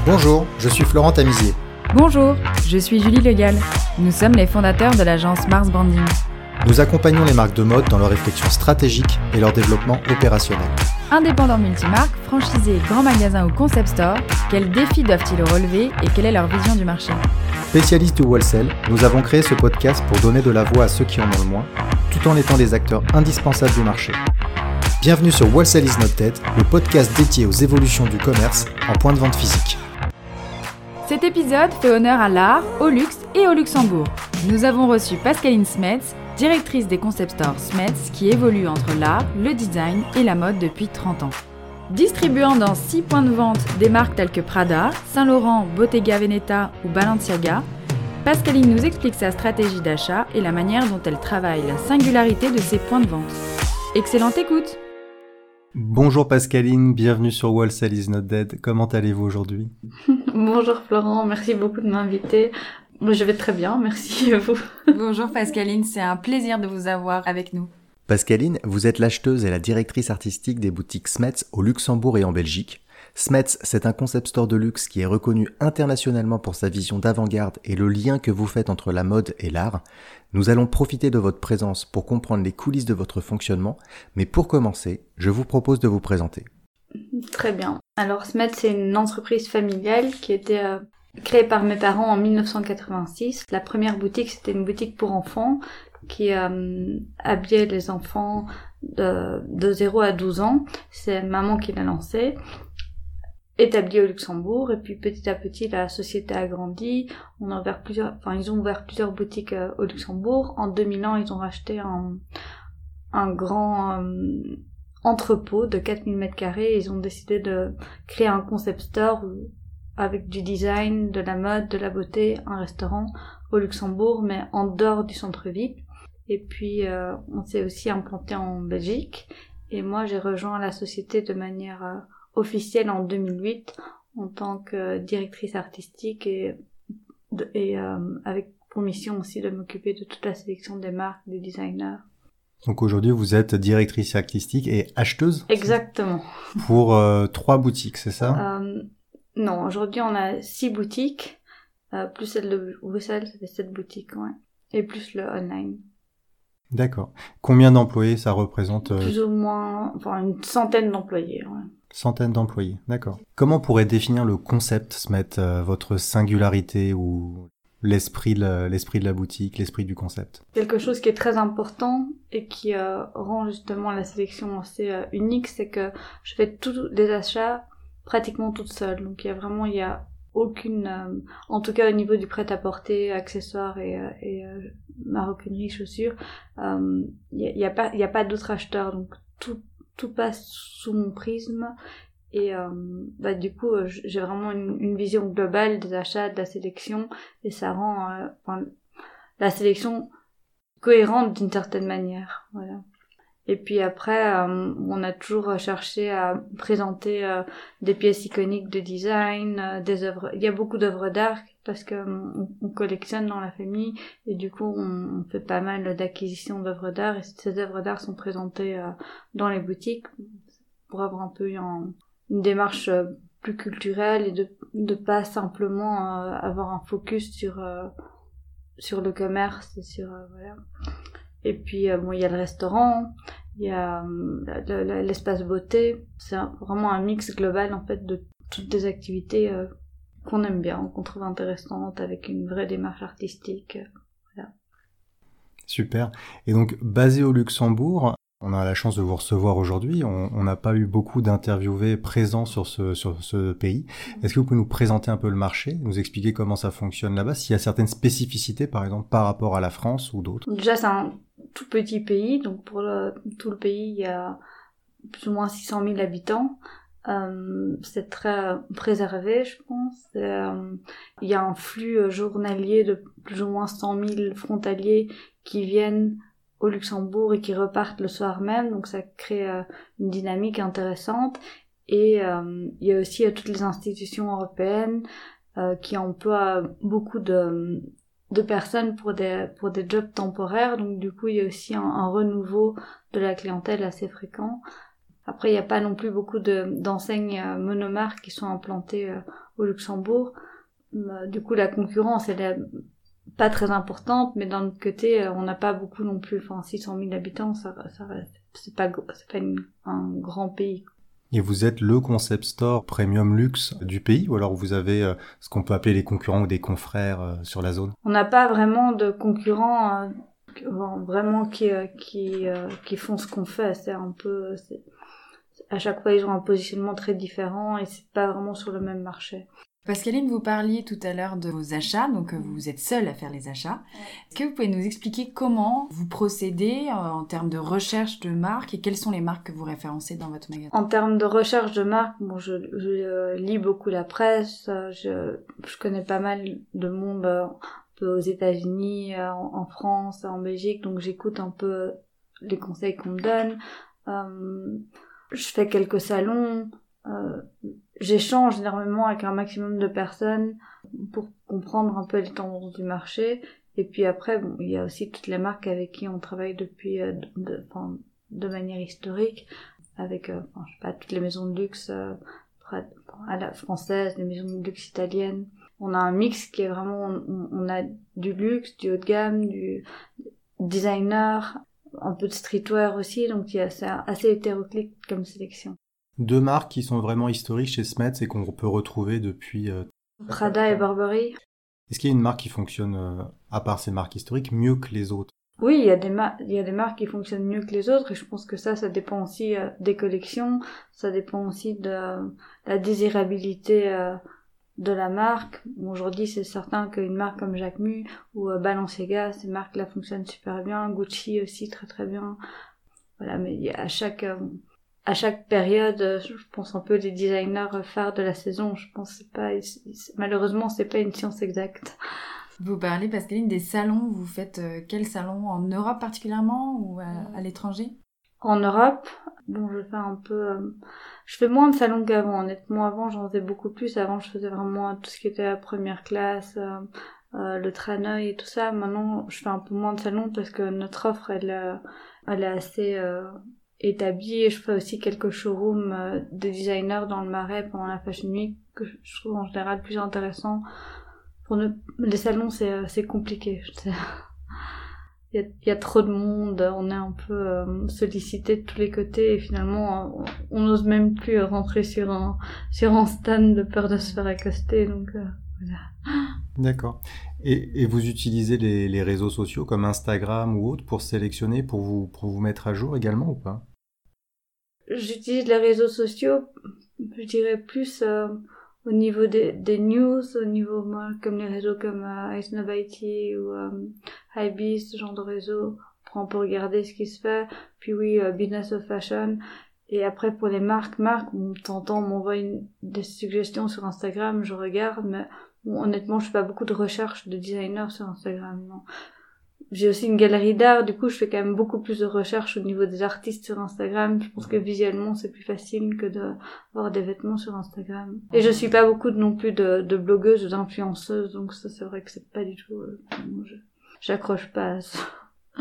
Bonjour, je suis Florent Tamizier. Bonjour, je suis Julie Legal. Nous sommes les fondateurs de l'agence Mars Branding. Nous accompagnons les marques de mode dans leur réflexion stratégique et leur développement opérationnel. Indépendants multimarques, franchisés, grands magasins ou concept stores, quels défis doivent-ils relever et quelle est leur vision du marché ? Spécialistes du wholesale, nous avons créé ce podcast pour donner de la voix à ceux qui en ont le moins, tout en étant des acteurs indispensables du marché. Bienvenue sur Wholesale is not dead, le podcast dédié aux évolutions du commerce en point de vente physique. Cet épisode fait honneur à l'art, au luxe et au Luxembourg. Nous avons reçu Pascaline Smets, directrice des concept stores Smets, qui évolue entre l'art, le design et la mode depuis 30 ans. Distribuant dans 6 points de vente des marques telles que Prada, Saint-Laurent, Bottega Veneta ou Balenciaga, Pascaline nous explique sa stratégie d'achat et la manière dont elle travaille la singularité de ses points de vente. Excellente écoute! Bonjour Pascaline, bienvenue sur Wholesale is not dead. Comment allez-vous aujourd'hui ? Bonjour Florent, merci beaucoup de m'inviter. Moi je vais très bien, merci à vous. Bonjour Pascaline, c'est un plaisir de vous avoir avec nous. Pascaline, vous êtes l'acheteuse et la directrice artistique des boutiques Smets au Luxembourg et en Belgique. Smets, c'est un concept store de luxe qui est reconnu internationalement pour sa vision d'avant-garde et le lien que vous faites entre la mode et l'art. Nous allons profiter de votre présence pour comprendre les coulisses de votre fonctionnement, mais pour commencer, je vous propose de vous présenter. Très bien. Alors Smets, c'est une entreprise familiale qui a été créée par mes parents en 1986. La première boutique, c'était une boutique pour enfants qui habillait les enfants de 0 à 12 ans. C'est maman qui l'a lancée. Établie au Luxembourg, et puis petit à petit la société a grandi. Ils ont ouvert plusieurs boutiques au Luxembourg. En 2000 ans, ils ont racheté un grand entrepôt de 4000 m². Ils ont décidé de créer un concept store avec du design, de la mode, de la beauté, un restaurant au Luxembourg, mais en dehors du centre-ville. Et puis on s'est aussi implanté en Belgique. Et moi, j'ai rejoint la société de manière officielle en 2008 en tant que directrice artistique et avec pour mission aussi de m'occuper de toute la sélection des marques, des designers. Donc aujourd'hui, vous êtes directrice artistique et acheteuse ? Exactement. Pour 3 boutiques, c'est ça ? Non, aujourd'hui on a 6 boutiques, plus celle de Bruxelles, ça fait 7 boutiques, ouais. Et plus le online. D'accord. Combien d'employés ça représente Plus ou moins, une centaine d'employés, ouais. Centaines d'employés, d'accord. Comment on pourrait définir le concept Smets, votre singularité ou l'esprit de la boutique, l'esprit du concept ? Quelque chose qui est très important et qui rend justement la sélection assez unique, c'est que je fais tous les achats pratiquement toute seule. Donc il y a aucune, en tout cas au niveau du prêt-à-porter, accessoires et maroquinerie, chaussures, il y a pas d'autres acheteurs, donc tout passe sous mon prisme et du coup j'ai vraiment une vision globale des achats, de la sélection, et ça rend la sélection cohérente d'une certaine manière, voilà. Et puis après on a toujours cherché à présenter des pièces iconiques de design, des œuvres. Il y a beaucoup d'œuvres d'art parce que on collectionne dans la famille, et du coup on fait pas mal d'acquisitions d'œuvres d'art, et ces œuvres d'art sont présentées dans les boutiques pour avoir un peu une démarche plus culturelle et de pas simplement avoir un focus sur le commerce et sur voilà. Et puis il y a le restaurant, il y a l'espace beauté. C'est vraiment un mix global en fait de toutes les activités qu'on aime bien, qu'on trouve intéressantes, avec une vraie démarche artistique. Voilà. Super. Et donc basé au Luxembourg, on a la chance de vous recevoir aujourd'hui. On n'a pas eu beaucoup d'interviewés présents sur ce pays. Est-ce que vous pouvez nous présenter un peu le marché, nous expliquer comment ça fonctionne là-bas, s'il y a certaines spécificités par exemple par rapport à la France ou d'autres ? Déjà c'est un tout petit pays, donc pour tout le pays il y a plus ou moins 600 000 habitants. C'est très préservé, je pense. Il y a un flux journalier de plus ou moins 100 000 frontaliers qui viennent au Luxembourg et qui repartent le soir même, donc ça crée une dynamique intéressante. Et il y a aussi toutes les institutions européennes qui emploient beaucoup de personnes pour des jobs temporaires, donc du coup il y a aussi un renouveau de la clientèle assez fréquent. Après il n'y a pas non plus beaucoup d'enseignes monomarques qui sont implantées au Luxembourg. Du coup, la concurrence, elle est pas très importante, mais d'un autre côté, on n'a pas beaucoup non plus. Enfin, 600 000 habitants, ça reste, c'est pas un grand pays. Et vous êtes le concept store premium luxe du pays, ou alors vous avez ce qu'on peut appeler les concurrents ou des confrères sur la zone? On n'a pas vraiment de concurrents vraiment qui font ce qu'on fait. C'est un peu, à chaque fois ils ont un positionnement très différent et c'est pas vraiment sur le même marché. Pascaline, vous parliez tout à l'heure de vos achats, donc vous êtes seule à faire les achats. Est-ce que vous pouvez nous expliquer comment vous procédez en termes de recherche de marques et quelles sont les marques que vous référencez dans votre magasin? En termes de recherche de marques, je lis beaucoup la presse, je connais pas mal de monde un peu aux États-Unis, en France, en Belgique, donc j'écoute un peu les conseils qu'on me donne. Je fais quelques salons. J'échange énormément avec un maximum de personnes pour comprendre un peu les tendances du marché. Et puis après, il y a aussi toutes les marques avec qui on travaille depuis de manière historique, avec je sais pas, toutes les maisons de luxe à la française, les maisons de luxe italiennes. On a un mix qui est vraiment, on a du luxe, du haut de gamme, du designer, un peu de streetwear aussi, donc c'est assez hétéroclite comme sélection. 2 marques qui sont vraiment historiques chez Smets et qu'on peut retrouver depuis... Prada et Burberry. Est-ce qu'il y a une marque qui fonctionne, à part ces marques historiques, mieux que les autres? Oui, il y a des marques qui fonctionnent mieux que les autres et je pense que ça dépend aussi des collections, ça dépend aussi de la désirabilité de la marque. Aujourd'hui, c'est certain qu'une marque comme Jacquemus ou Balenciaga, ces marques-là fonctionnent super bien, Gucci aussi très très bien. Voilà, mais à chaque période, je pense un peu les designers phares de la saison. Je pense malheureusement, c'est pas une science exacte. Vous parlez, Pascaline, des salons. Vous faites quel salon en Europe particulièrement ou à l'étranger? En Europe, je fais moins de salons qu'avant. Honnêtement, avant, j'en faisais beaucoup plus. Avant, je faisais vraiment tout ce qui était la première classe, le Traneuil et tout ça. Maintenant, je fais un peu moins de salons parce que notre offre, elle est assez établie. Et je fais aussi quelques showrooms de designers dans le Marais pendant la Fashion Week que je trouve en général plus intéressant. Les salons, c'est compliqué. Il y a trop de monde, on est un peu sollicité de tous les côtés et finalement on n'ose même plus rentrer sur un stand de peur de se faire accoster, donc voilà. D'accord. Et vous utilisez les réseaux sociaux comme Instagram ou autres pour sélectionner, pour vous mettre à jour également ou pas? J'utilise les réseaux sociaux, je dirais plus au niveau des news, au niveau comme les réseaux comme Icenovity ou Hypebeast, ce genre de réseaux. Après, on peut regarder ce qui se fait. Puis oui, Business of Fashion. Et après, pour les marques, on m'envoie des suggestions sur Instagram, je regarde, mais honnêtement, je fais pas beaucoup de recherches de designers sur Instagram, non. J'ai aussi une galerie d'art, du coup je fais quand même beaucoup plus de recherches au niveau des artistes sur Instagram. Je pense que visuellement c'est plus facile que de voir des vêtements sur Instagram. Et je suis pas beaucoup non plus de blogueuses ou d'influenceuses, donc ça c'est vrai que c'est pas du tout... j'accroche pas à ça.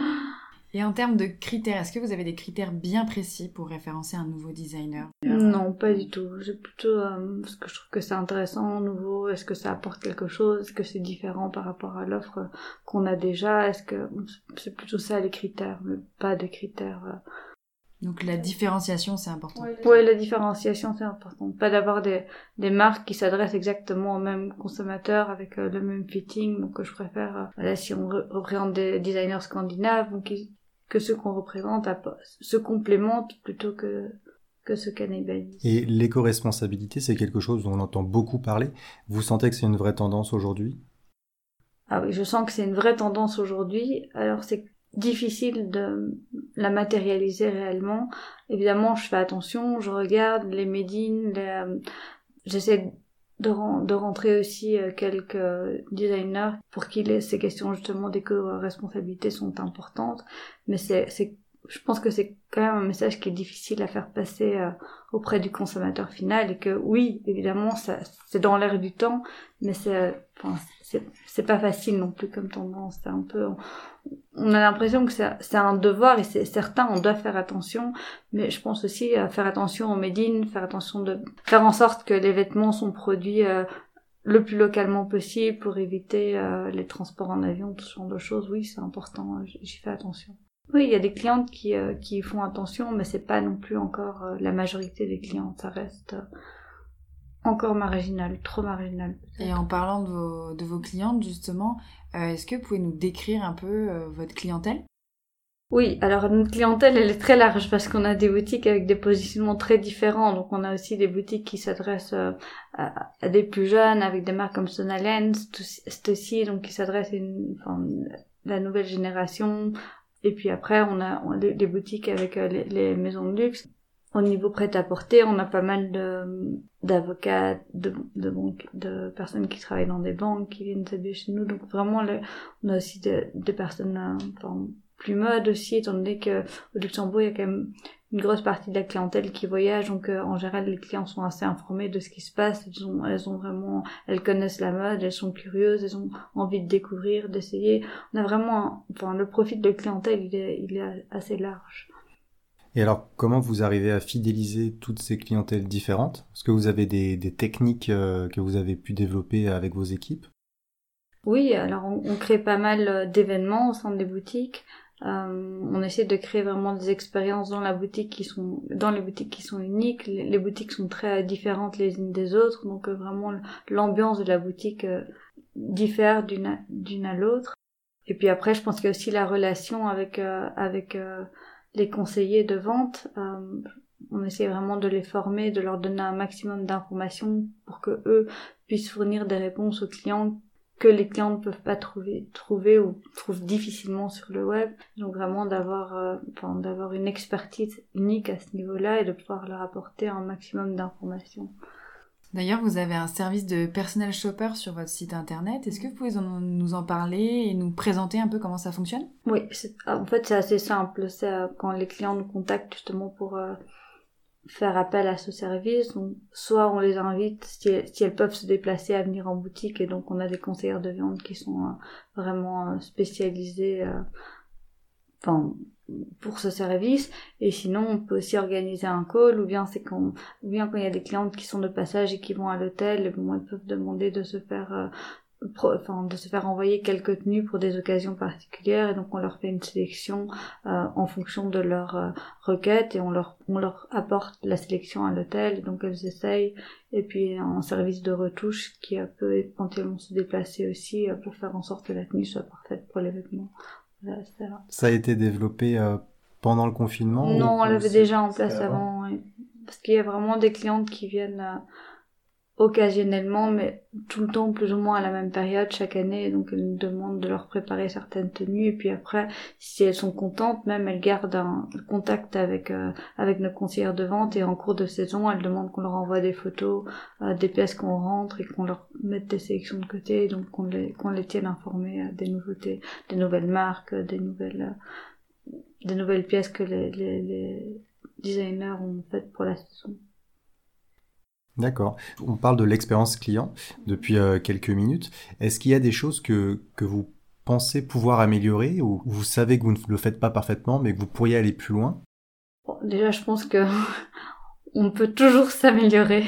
Et en termes de critères, est-ce que vous avez des critères bien précis pour référencer un nouveau designer? Non, pas du tout. J'ai plutôt ce que je trouve que c'est intéressant, nouveau. Est-ce que ça apporte quelque chose? Est-ce que c'est différent par rapport à l'offre qu'on a déjà? Est-ce que c'est plutôt ça les critères, mais pas des critères. Donc la différenciation, c'est important. Oui, la différenciation, c'est important. Pas d'avoir des marques qui s'adressent exactement aux mêmes consommateurs avec le même fitting. Donc je préfère, si on représente des designers scandinaves, donc que ceux qu'on représente se complémentent plutôt que se cannibalisent. Et l'éco-responsabilité, c'est quelque chose dont on entend beaucoup parler. Vous sentez que c'est une vraie tendance aujourd'hui? Ah oui, je sens que c'est une vraie tendance aujourd'hui. Alors c'est difficile de la matérialiser réellement. Évidemment, je fais attention, je regarde les made in, j'essaie de rentrer aussi quelques designers pour qui ces questions justement d'éco-responsabilité sont importantes, mais je pense que c'est quand même un message qui est difficile à faire passer auprès du consommateur final, et que oui, évidemment, c'est dans l'air du temps, mais c'est pas facile non plus comme tendance. C'est un peu, on a l'impression que c'est un devoir, et c'est certain, on doit faire attention, mais je pense aussi à faire attention au made in, faire attention de faire en sorte que les vêtements sont produits le plus localement possible pour éviter les transports en avion, tout ce genre de choses. Oui, c'est important, j'y fais attention. Oui, il y a des clientes qui font attention, mais c'est pas non plus encore la majorité des clientes, ça reste encore marginal, trop marginal. Et en parlant de vos clientes, justement, est-ce que vous pouvez nous décrire un peu votre clientèle ? Oui, alors notre clientèle, elle est très large parce qu'on a des boutiques avec des positionnements très différents. Donc on a aussi des boutiques qui s'adressent à des plus jeunes avec des marques comme Sonalens, Stussy, donc qui s'adressent à la nouvelle génération. Et puis après, on a des boutiques avec les maisons de luxe. Au niveau prêt-à-porter, on a pas mal d'avocats, de personnes qui travaillent dans des banques, qui viennent s'habiller chez nous. Donc vraiment, on a aussi des personnes plus mode aussi, étant donné que au Luxembourg, il y a quand même une grosse partie de la clientèle qui voyage. Donc en général, les clients sont assez informés de ce qui se passe. Elles connaissent la mode, elles sont curieuses, elles ont envie de découvrir, d'essayer. On a vraiment, le profil de clientèle, il est assez large. Et alors, comment vous arrivez à fidéliser toutes ces clientèles différentes ? Est-ce que vous avez des techniques que vous avez pu développer avec vos équipes ? Oui, alors on crée pas mal d'événements au sein des boutiques. On essaie de créer vraiment des expériences dans les boutiques qui sont uniques. Les boutiques sont très différentes les unes des autres, donc vraiment l'ambiance de la boutique diffère d'une à l'autre. Et puis après, je pense qu'il y a aussi la relation avec les conseillers de vente. On essaie vraiment de les former, de leur donner un maximum d'informations pour que eux puissent fournir des réponses aux clients que les clients ne peuvent pas trouver ou trouvent difficilement sur le web. Donc vraiment d'avoir une expertise unique à ce niveau-là et de pouvoir leur apporter un maximum d'informations. D'ailleurs, vous avez un service de personal shopper sur votre site internet. Est-ce que vous pouvez nous en parler et nous présenter un peu comment ça fonctionne ? Oui, en fait c'est assez simple. C'est quand les clients nous contactent justement pour faire appel à ce service. Donc, soit on les invite si elles peuvent se déplacer à venir en boutique, et donc on a des conseillères de viande qui sont vraiment spécialisées pour ce service. Et sinon on peut aussi organiser un call, ou bien quand il y a des clientes qui sont de passage et qui vont à l'hôtel, elles peuvent demander de se faire envoyer quelques tenues pour des occasions particulières, et donc on leur fait une sélection en fonction de leur requête, et on leur apporte la sélection à l'hôtel, et donc elles essayent, et puis un service de retouche qui peut éventuellement se déplacer aussi pour faire en sorte que la tenue soit parfaite pour l'événement. Voilà, ça a été développé pendant le confinement ? Non, on l'avait déjà en place avant, oui. Parce qu'il y a vraiment des clientes qui viennent occasionnellement, mais tout le temps plus ou moins à la même période chaque année, donc elles nous demandent de leur préparer certaines tenues, et puis après, si elles sont contentes, même elles gardent un contact avec nos conseillères de vente, et en cours de saison, elles demandent qu'on leur envoie des photos des pièces qu'on rentre, et qu'on leur mette des sélections de côté, donc qu'on les tienne informés des nouveautés, des nouvelles marques, des nouvelles pièces que les designers ont faites pour la saison. D'accord. On parle de l'expérience client depuis quelques minutes. Est-ce qu'il y a des choses que vous pensez pouvoir améliorer, ou vous savez que vous ne le faites pas parfaitement, mais que vous pourriez aller plus loin ? Bon, déjà, je pense que on peut toujours s'améliorer.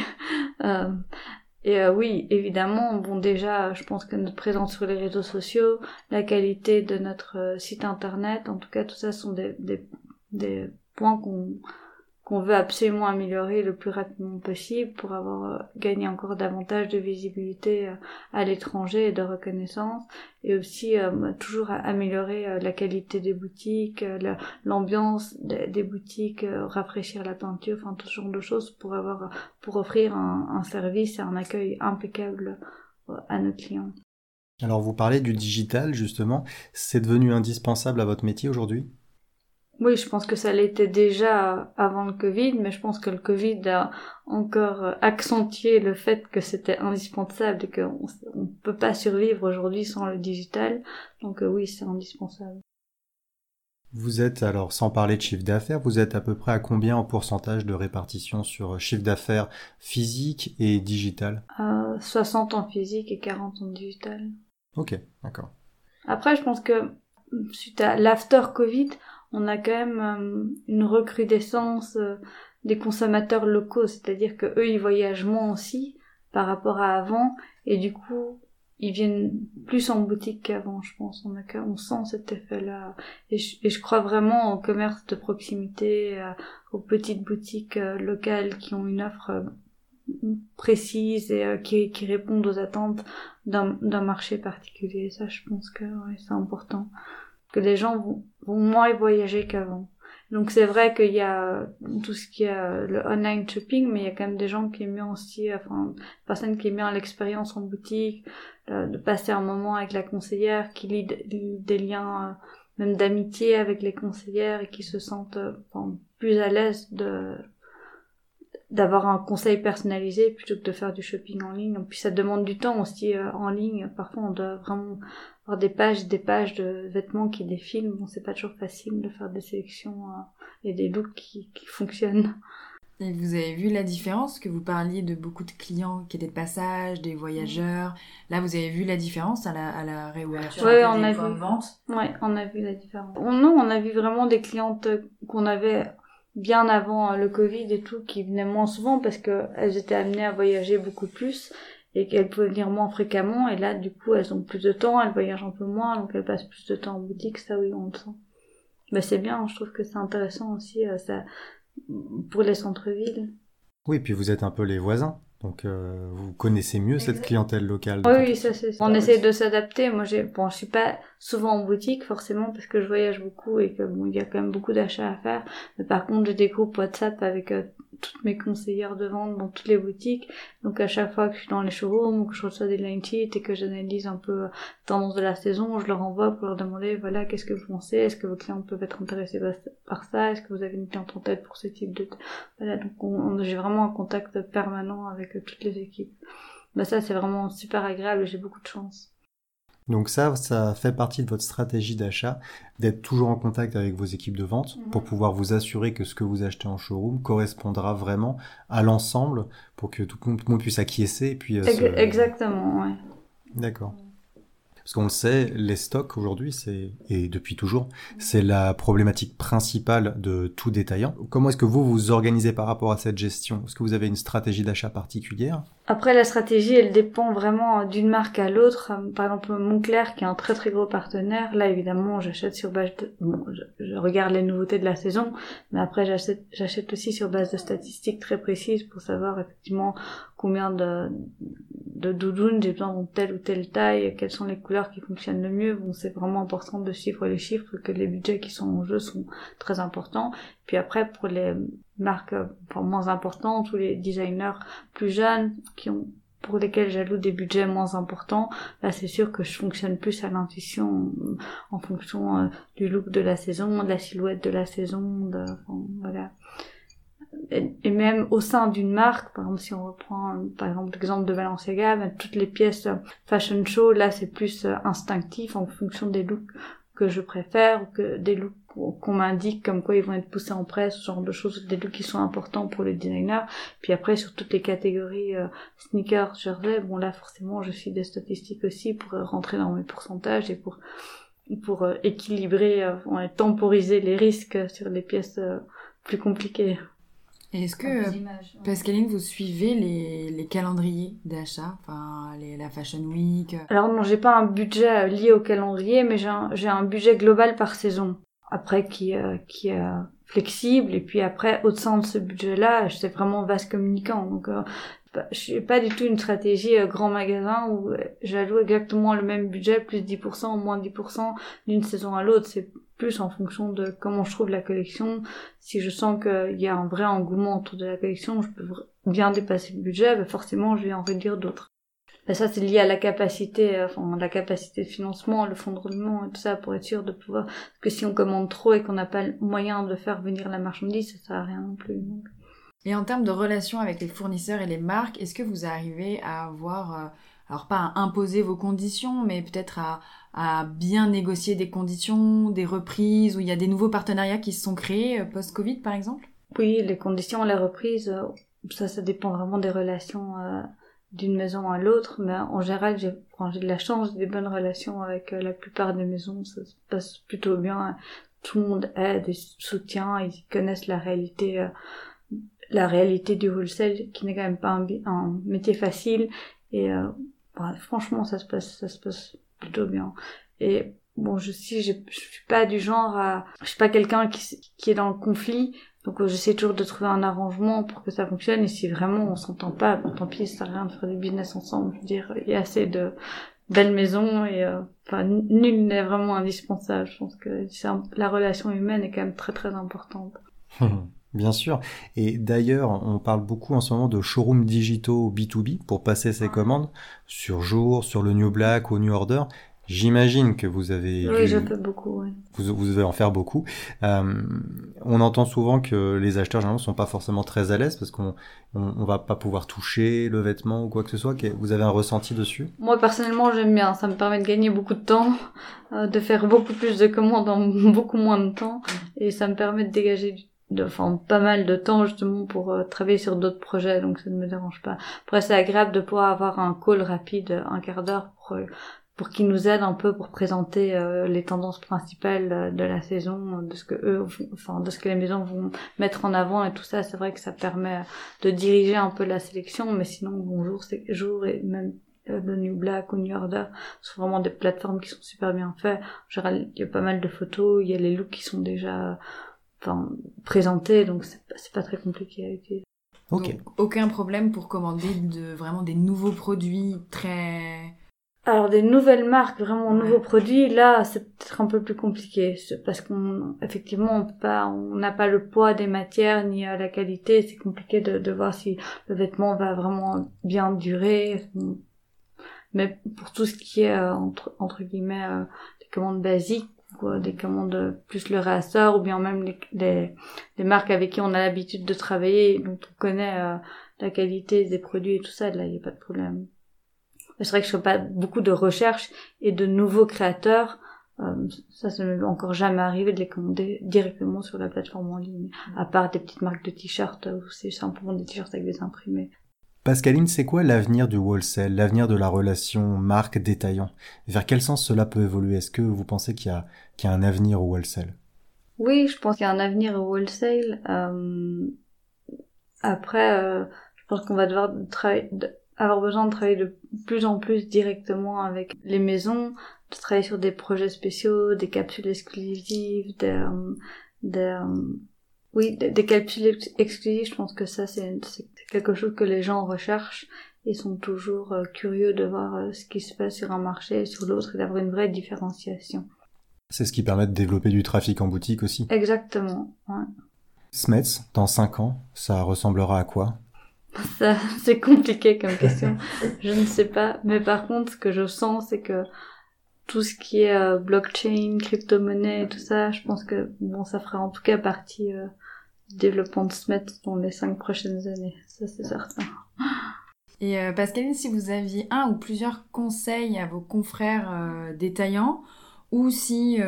Oui, évidemment, déjà, je pense que notre présence sur les réseaux sociaux, la qualité de notre site internet, en tout cas, tout ça sont des points qu'on veut absolument améliorer le plus rapidement possible pour avoir gagné encore davantage de visibilité à l'étranger et de reconnaissance, et aussi toujours améliorer la qualité des boutiques, l'ambiance des boutiques, rafraîchir la peinture, tout ce genre de choses pour offrir un service et un accueil impeccable à nos clients. Alors vous parlez du digital justement, c'est devenu indispensable à votre métier aujourd'hui ? Oui, je pense que ça l'était déjà avant le Covid, mais je pense que le Covid a encore accentué le fait que c'était indispensable et qu'on ne peut pas survivre aujourd'hui sans le digital. Donc oui, c'est indispensable. Vous êtes, alors sans parler de chiffre d'affaires, vous êtes à peu près à combien en pourcentage de répartition sur chiffre d'affaires physique et digital ? 60 en physique et 40 en digital. Ok, d'accord. Après, je pense que suite à l'after-Covid, on a quand même une recrudescence des consommateurs locaux, c'est-à-dire que eux ils voyagent moins aussi, par rapport à avant, et du coup ils viennent plus en boutique qu'avant, je pense. On sent cet effet-là. Et je crois vraiment au commerce de proximité, aux petites boutiques locales qui ont une offre précise et qui répondent aux attentes d'un marché particulier. Ça, je pense que c'est important. Que les gens vont moins voyager qu'avant. Donc c'est vrai qu'il y a tout ce qui est le online shopping, mais il y a quand même des gens qui aiment bien aussi, personnes qui aiment bien l'expérience en boutique, de passer un moment avec la conseillère, qui lie des liens même d'amitié avec les conseillères et qui se sentent plus à l'aise d'avoir un conseil personnalisé plutôt que de faire du shopping en ligne. Et puis ça demande du temps aussi en ligne. Parfois on doit vraiment avoir des pages de vêtements qui défilent. Bon, c'est pas toujours facile de faire des sélections et des looks qui fonctionnent. Et vous avez vu la différence, que vous parliez de beaucoup de clients qui étaient de passage, des voyageurs. Là, vous avez vu la différence à la réouverture des points de vente. Ouais, on a vu la différence. Non, on a vu vraiment des clientes qu'on avait bien avant le Covid et tout, qui venaient moins souvent parce que elles étaient amenées à voyager beaucoup plus et qu'elles pouvaient venir moins fréquemment. Et là, du coup, elles ont plus de temps, elles voyagent un peu moins, donc elles passent plus de temps en boutique. Ça, oui, on le sent. Mais c'est bien, je trouve que c'est intéressant aussi, ça, pour les centres-villes. Oui, puis vous êtes un peu les voisins, donc vous connaissez mieux cette clientèle locale. Oui, ça c'est ça. On essaie de s'adapter. Moi, je suis pas souvent en boutique forcément parce que je voyage beaucoup et que il y a quand même beaucoup d'achats à faire. Mais par contre, j'ai des groupes WhatsApp avec toutes mes conseillères de vente dans toutes les boutiques. Donc à chaque fois que je suis dans les showrooms ou que je reçois des line sheets et que j'analyse un peu tendance de la saison, je leur envoie pour leur demander voilà, qu'est-ce que vous pensez, est-ce que vos clients peuvent être intéressés par ça, est-ce que vous avez une cliente en tête pour ce type de voilà. Donc j'ai vraiment un contact permanent avec toutes les équipes. Ça c'est vraiment super agréable et j'ai beaucoup de chance. Donc ça fait partie de votre stratégie d'achat, d'être toujours en contact avec vos équipes de vente pour pouvoir vous assurer que ce que vous achetez en showroom correspondra vraiment à l'ensemble pour que tout le monde puisse acquiescer. Et puis, Exactement, ouais. D'accord. Parce qu'on le sait, les stocks aujourd'hui, et depuis toujours, c'est la problématique principale de tout détaillant. Comment est-ce que vous vous organisez par rapport à cette gestion ? Est-ce que vous avez une stratégie d'achat particulière ? Après, la stratégie, elle dépend vraiment d'une marque à l'autre. Par exemple, Moncler, qui est un très très gros partenaire, là, évidemment, j'achète sur base de... Bon, je regarde les nouveautés de la saison, mais après, j'achète aussi sur base de statistiques très précises pour savoir effectivement combien de doudounes j'ai besoin dans telle ou telle taille, quelles sont les couleurs qui fonctionnent le mieux. Bon, c'est vraiment important de suivre les chiffres, que les budgets qui sont en jeu sont très importants. Puis après, pour les marques moins importantes ou les designers plus jeunes pour lesquels j'alloue des budgets moins importants, là c'est sûr que je fonctionne plus à l'intuition en fonction du look de la saison, de la silhouette de la saison, voilà. Et même au sein d'une marque, par exemple si on reprend par exemple l'exemple de Balenciaga, toutes les pièces fashion show, là c'est plus instinctif en fonction des looks que je préfère, ou que des looks qu'on m'indique comme quoi ils vont être poussés en presse, ce genre de choses, des looks qui sont importants pour les designers. Puis après sur toutes les catégories sneakers, jersey, bon là forcément je suis des statistiques aussi pour rentrer dans mes pourcentages et pour équilibrer, temporiser les risques sur les pièces plus compliquées. Et est-ce que, Pascaline, vous suivez les calendriers d'achat, enfin la Fashion Week? Alors non, j'ai pas un budget lié au calendrier, mais j'ai un budget global par saison. Après qui est flexible, et puis après au sein de ce budget-là, c'est vraiment vaste communicant. Donc je suis pas du tout une stratégie grand magasin où j'alloue exactement le même budget, plus 10% ou moins 10% d'une saison à l'autre. C'est plus en fonction de comment je trouve la collection. Si je sens qu'il y a un vrai engouement autour de la collection, je peux bien dépasser le budget, forcément je vais en réduire d'autres. Ça c'est lié à la capacité de financement, le fonds de roulement et tout ça, pour être sûr de pouvoir, parce que si on commande trop et qu'on n'a pas le moyen de faire venir la marchandise, ça sert à rien non plus. Donc. Et en termes de relations avec les fournisseurs et les marques, est-ce que vous arrivez à avoir, alors pas à imposer vos conditions, mais peut-être à bien négocier des conditions, des reprises, où il y a des nouveaux partenariats qui se sont créés post-Covid par exemple? Oui, les conditions, les reprises, ça dépend vraiment des relations d'une maison à l'autre, mais en général j'ai de la chance, j'ai des bonnes relations avec la plupart des maisons, ça se passe plutôt bien, tout le monde aide et soutient, ils connaissent la réalité la réalité du wholesale qui n'est quand même pas un métier facile et franchement ça se passe plutôt bien. Et bon, je suis pas du genre je suis pas quelqu'un qui est dans le conflit, donc j'essaie toujours de trouver un arrangement pour que ça fonctionne, et si vraiment on s'entend pas, bon, tant pis, ça sert à rien de faire du business ensemble. Je veux dire, il y a assez de belles maisons et nul n'est vraiment indispensable. Je pense que la relation humaine est quand même très très importante. Bien sûr. Et d'ailleurs, on parle beaucoup en ce moment de showrooms digitaux B2B pour passer ses commandes sur Jour, sur le New Black ou New Order. J'imagine que vous avez Oui, je fais beaucoup, oui. Vous devez en faire beaucoup. On entend souvent que les acheteurs, généralement, sont pas forcément très à l'aise parce qu'on va pas pouvoir toucher le vêtement ou quoi que ce soit. Vous avez un ressenti dessus? Moi, personnellement, j'aime bien. Ça me permet de gagner beaucoup de temps, de faire beaucoup plus de commandes en beaucoup moins de temps, et ça me permet de dégager pas mal de temps justement pour travailler sur d'autres projets, donc ça ne me dérange pas. Après, c'est agréable de pouvoir avoir un call rapide, un quart d'heure pour qu'ils nous aident un peu pour présenter les tendances principales de la saison, de ce que les maisons vont mettre en avant et tout ça. C'est vrai que ça permet de diriger un peu la sélection, mais sinon Bonjour, c'est Jour et même le New Black ou New Order sont vraiment des plateformes qui sont super bien faites. En général, il y a pas mal de photos, il y a les looks qui sont déjà présentés, donc c'est pas très compliqué à utiliser. Okay. Donc, aucun problème pour commander vraiment des nouveaux produits très... Alors des nouvelles marques, vraiment nouveaux produits, là c'est peut-être un peu plus compliqué parce qu'effectivement on n'a pas le poids des matières ni la qualité, c'est compliqué de voir si le vêtement va vraiment bien durer. Mais pour tout ce qui est entre guillemets des commandes basiques, des commandes plus le réassort ou bien même les marques avec qui on a l'habitude de travailler, dont on connaît la qualité des produits et tout ça, là il n'y a pas de problème. C'est vrai que je fais pas beaucoup de recherches et de nouveaux créateurs. Ça ne m'est encore jamais arrivé de les commander directement sur la plateforme en ligne, à part des petites marques de t-shirts où c'est simplement des t-shirts avec des imprimés. Pascaline, c'est quoi l'avenir du wholesale, l'avenir de la relation marque-détaillant? Vers quel sens cela peut évoluer? Est-ce que vous pensez qu'il y a un avenir au wholesale? Oui, je pense qu'il y a un avenir au wholesale. Après, je pense qu'on va devoir avoir besoin de travailler de plus en plus directement avec les maisons, de travailler sur des projets spéciaux, des capsules exclusives, des capsules exclusives. Je pense que ça, c'est quelque chose que les gens recherchent et sont toujours curieux de voir ce qui se fait sur un marché et sur l'autre et d'avoir une vraie différenciation. C'est ce qui permet de développer du trafic en boutique aussi. Exactement, ouais. Smets, dans 5 ans, ça ressemblera à quoi? Ça, c'est compliqué comme question. Je ne sais pas. Mais par contre, ce que je sens, c'est que tout ce qui est blockchain, crypto-monnaie et tout ça, je pense que ça fera en tout cas partie du développement de Smets dans les 5 prochaines années. Ça, c'est certain. Et Pascaline, si vous aviez un ou plusieurs conseils à vos confrères détaillants, ou si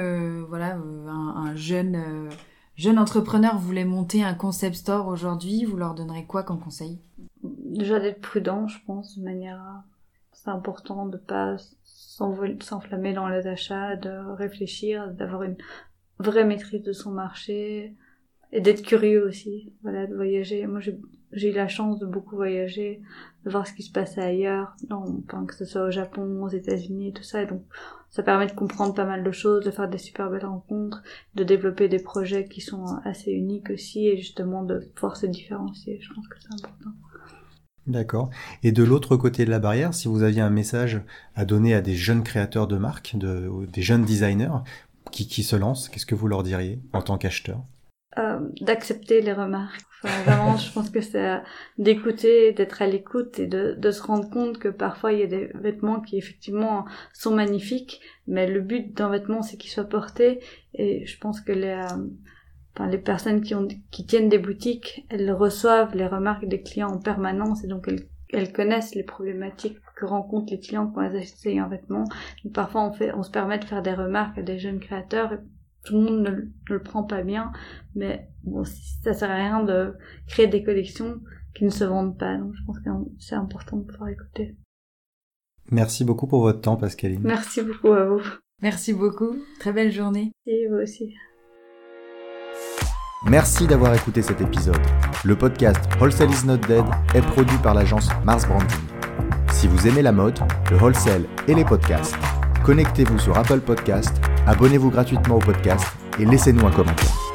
un jeune entrepreneur voulait monter un concept store aujourd'hui, vous leur donnerez quoi comme conseil? Déjà d'être prudent, je pense, de manière c'est important de pas s'enflammer dans les achats, de réfléchir, d'avoir une vraie maîtrise de son marché et d'être curieux aussi, voilà, de voyager. Moi j'ai eu la chance de beaucoup voyager, de voir ce qui se passait ailleurs, que ce soit au Japon, aux États-Unis et tout ça, et donc ça permet de comprendre pas mal de choses, de faire des super belles rencontres, de développer des projets qui sont assez uniques aussi, et justement de pouvoir se différencier. Je pense que c'est important. D'accord. Et de l'autre côté de la barrière, si vous aviez un message à donner à des jeunes créateurs de marques, des jeunes designers qui se lancent, qu'est-ce que vous leur diriez en tant qu'acheteur? D'accepter les remarques. Vraiment, je pense que c'est d'écouter, d'être à l'écoute et de se rendre compte que parfois il y a des vêtements qui effectivement sont magnifiques, mais le but d'un vêtement c'est qu'il soit porté, et je pense que les personnes qui tiennent des boutiques, elles reçoivent les remarques des clients en permanence, et donc elles connaissent les problématiques que rencontrent les clients quand elles achètent un vêtement. Donc parfois on se permet de faire des remarques à des jeunes créateurs, et tout le monde ne le prend pas bien, mais ça sert à rien de créer des collections qui ne se vendent pas. Donc je pense que c'est important de pouvoir écouter. Merci beaucoup pour votre temps, Pascaline. Merci beaucoup à vous. Merci beaucoup. Très belle journée. Et vous aussi. Merci d'avoir écouté cet épisode. Le podcast Wholesale is not dead est produit par l'agence Mars Branding. Si vous aimez la mode, le wholesale et les podcasts, connectez-vous sur Apple Podcasts, abonnez-vous gratuitement au podcast et laissez-nous un commentaire.